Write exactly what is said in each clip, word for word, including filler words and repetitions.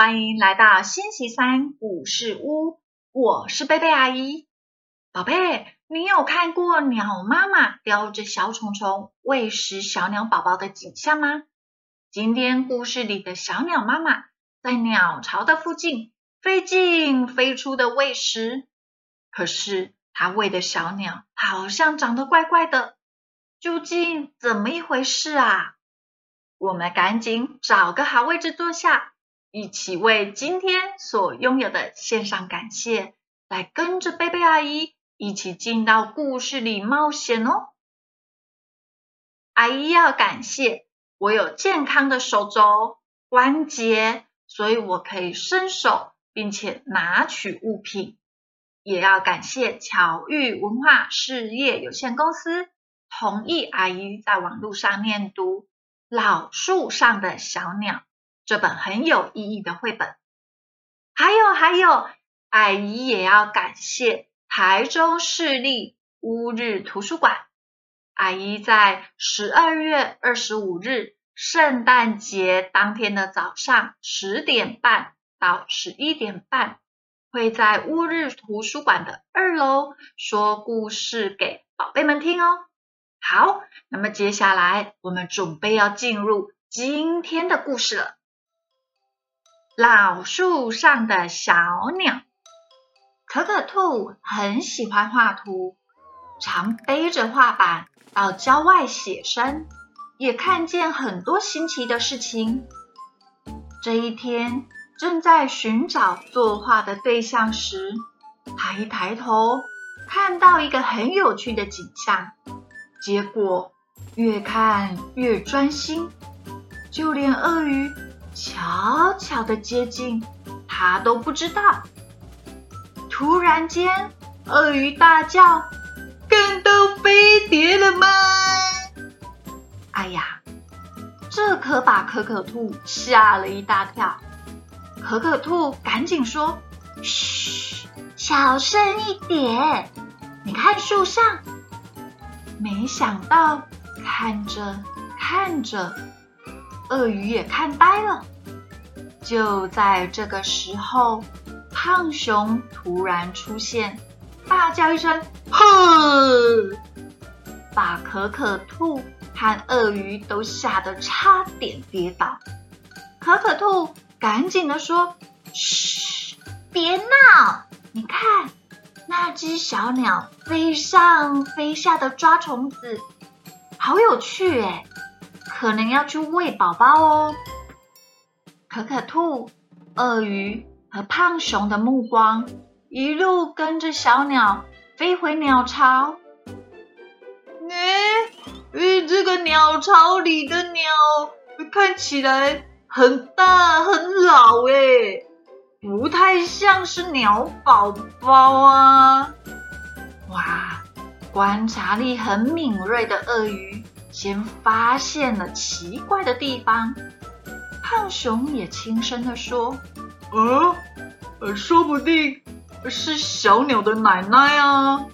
欢迎来到星期三故事屋，我是贝贝阿姨。宝贝，你有看过鸟妈妈叼着小虫虫喂食小鸟宝宝的景象吗？今天故事里的小鸟妈妈在鸟巢的附近飞进飞出的喂食，可是她喂的小鸟好像长得怪怪的，究竟怎么一回事啊？我们赶紧找个好位置坐下，一起为今天所拥有的献上感谢，来跟着贝贝阿姨一起进到故事里冒险哦。阿姨要感谢我有健康的手肘、关节，所以我可以伸手并且拿取物品。也要感谢巧遇文化事业有限公司同意阿姨在网络上念读老树上的小鸟这本很有意义的绘本。还有还有，阿姨也要感谢台中市立乌日图书馆。阿姨在十二月二十五日圣诞节当天的早上十点半到十一点半，会在乌日图书馆的二楼说故事给宝贝们听哦。好，那么接下来我们准备要进入今天的故事了。老树上的小鸟。可可兔很喜欢画图，常背着画板到郊外写生，也看见很多新奇的事情。这一天，正在寻找作画的对象时，他一抬头看到一个很有趣的景象，结果越看越专心，就连鳄鱼悄悄地接近，他都不知道。突然间，鳄鱼大叫：“看到飞碟了吗？”哎呀，这可把可可兔吓了一大跳。可可兔赶紧说：“嘘，小声一点，你看树上。”没想到看着看着，鳄鱼也看呆了。就在这个时候，胖熊突然出现，大叫一声“呵”，把可可兔和鳄鱼都吓得差点跌倒。可可兔赶紧地说：“嘘，别闹！你看，那只小鸟飞上飞下的抓虫子，好有趣耶，可能要去喂宝宝哦。”可可兔、鳄鱼和胖熊的目光一路跟着小鸟飞回鸟巢。诶，这个鸟巢里的鸟看起来很大很老诶，不太像是鸟宝宝啊。哇，观察力很敏锐的鳄鱼先发现了奇怪的地方。胖熊也轻声地说：“呃，呃说不定是小鸟的奶奶啊。”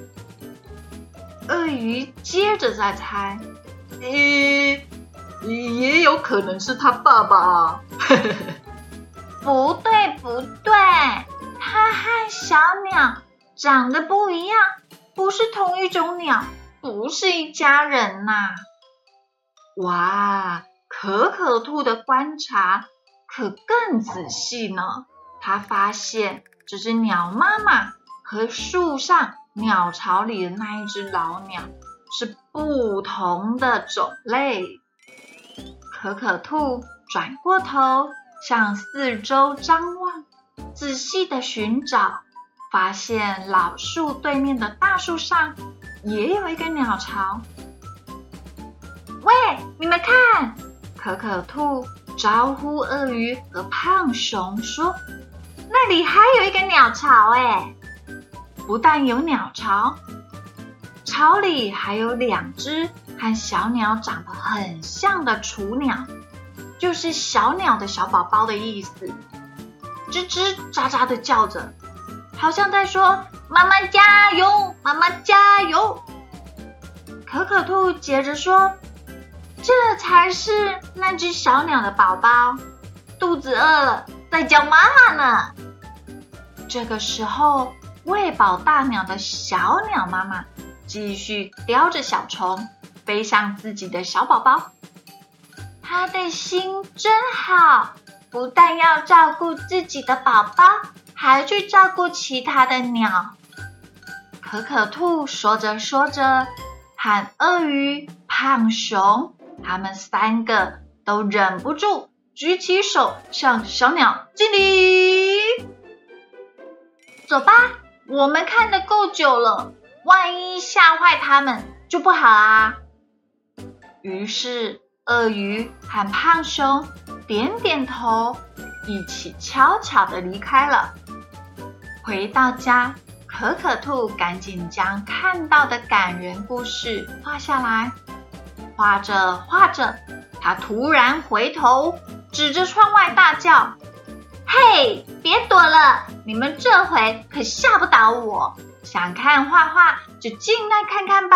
鳄鱼接着再猜：“诶，也有可能是他爸爸啊。”不对不对，它和小鸟长得不一样，不是同一种鸟，不是一家人呐、啊。哇，可可兔的观察可更仔细呢。他发现这只鸟妈妈和树上鸟巢里的那一只老鸟是不同的种类。可可兔转过头向四周张望，仔细的寻找，发现老树对面的大树上也有一个鸟巢。喂，你们看！可可兔招呼鳄鱼和胖熊说：“那里还有一个鸟巢诶！”不但有鸟巢，巢里还有两只和小鸟长得很像的雏鸟，就是小鸟的小宝宝的意思，吱吱喳喳的叫着，好像在说妈妈加油，妈妈加油。可可兔接着说：“这才是那只小鸟的宝宝，肚子饿了在叫妈妈呢。这个时候，喂饱大鸟的小鸟妈妈继续叼着小虫飞向自己的小宝宝。她的心真好，不但要照顾自己的宝宝，还去照顾其他的鸟。可可兔说着说着，和鳄鱼、胖熊他们三个都忍不住举起手向小鸟敬礼。走吧，我们看得够久了，万一吓坏他们就不好啊。于是鳄鱼和胖熊点点头，一起悄悄地离开了。回到家，可可兔赶紧将看到的感人故事画下来。画着画着，他突然回头，指着窗外大叫：嘿，别躲了，你们这回可吓不倒我，想看画画就进来看看吧。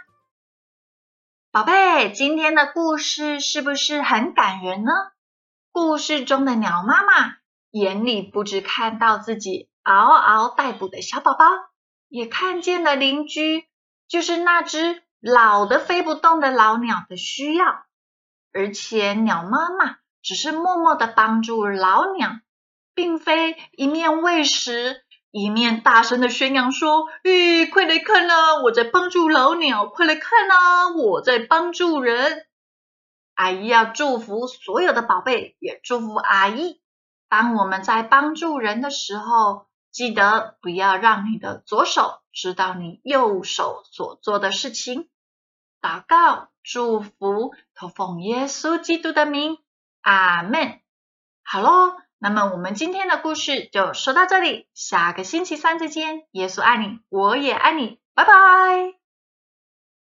宝贝，今天的故事是不是很感人呢？故事中的鸟妈妈眼里不只看到自己嗷嗷待哺的小宝宝，也看见了邻居，就是那只老的飞不动的老鸟的需要。而且鸟妈妈只是默默地帮助老鸟，并非一面喂食一面大声的宣扬说：咦，快来看啊，我在帮助老鸟，快来看啊，我在帮助人。阿姨要祝福所有的宝贝，也祝福阿姨，当我们在帮助人的时候，记得不要让你的左手知道你右手所做的事情。祷告祝福都奉耶稣基督的名，阿们。好咯，那么我们今天的故事就说到这里，下个星期三再见。耶稣爱你，我也爱你，拜拜。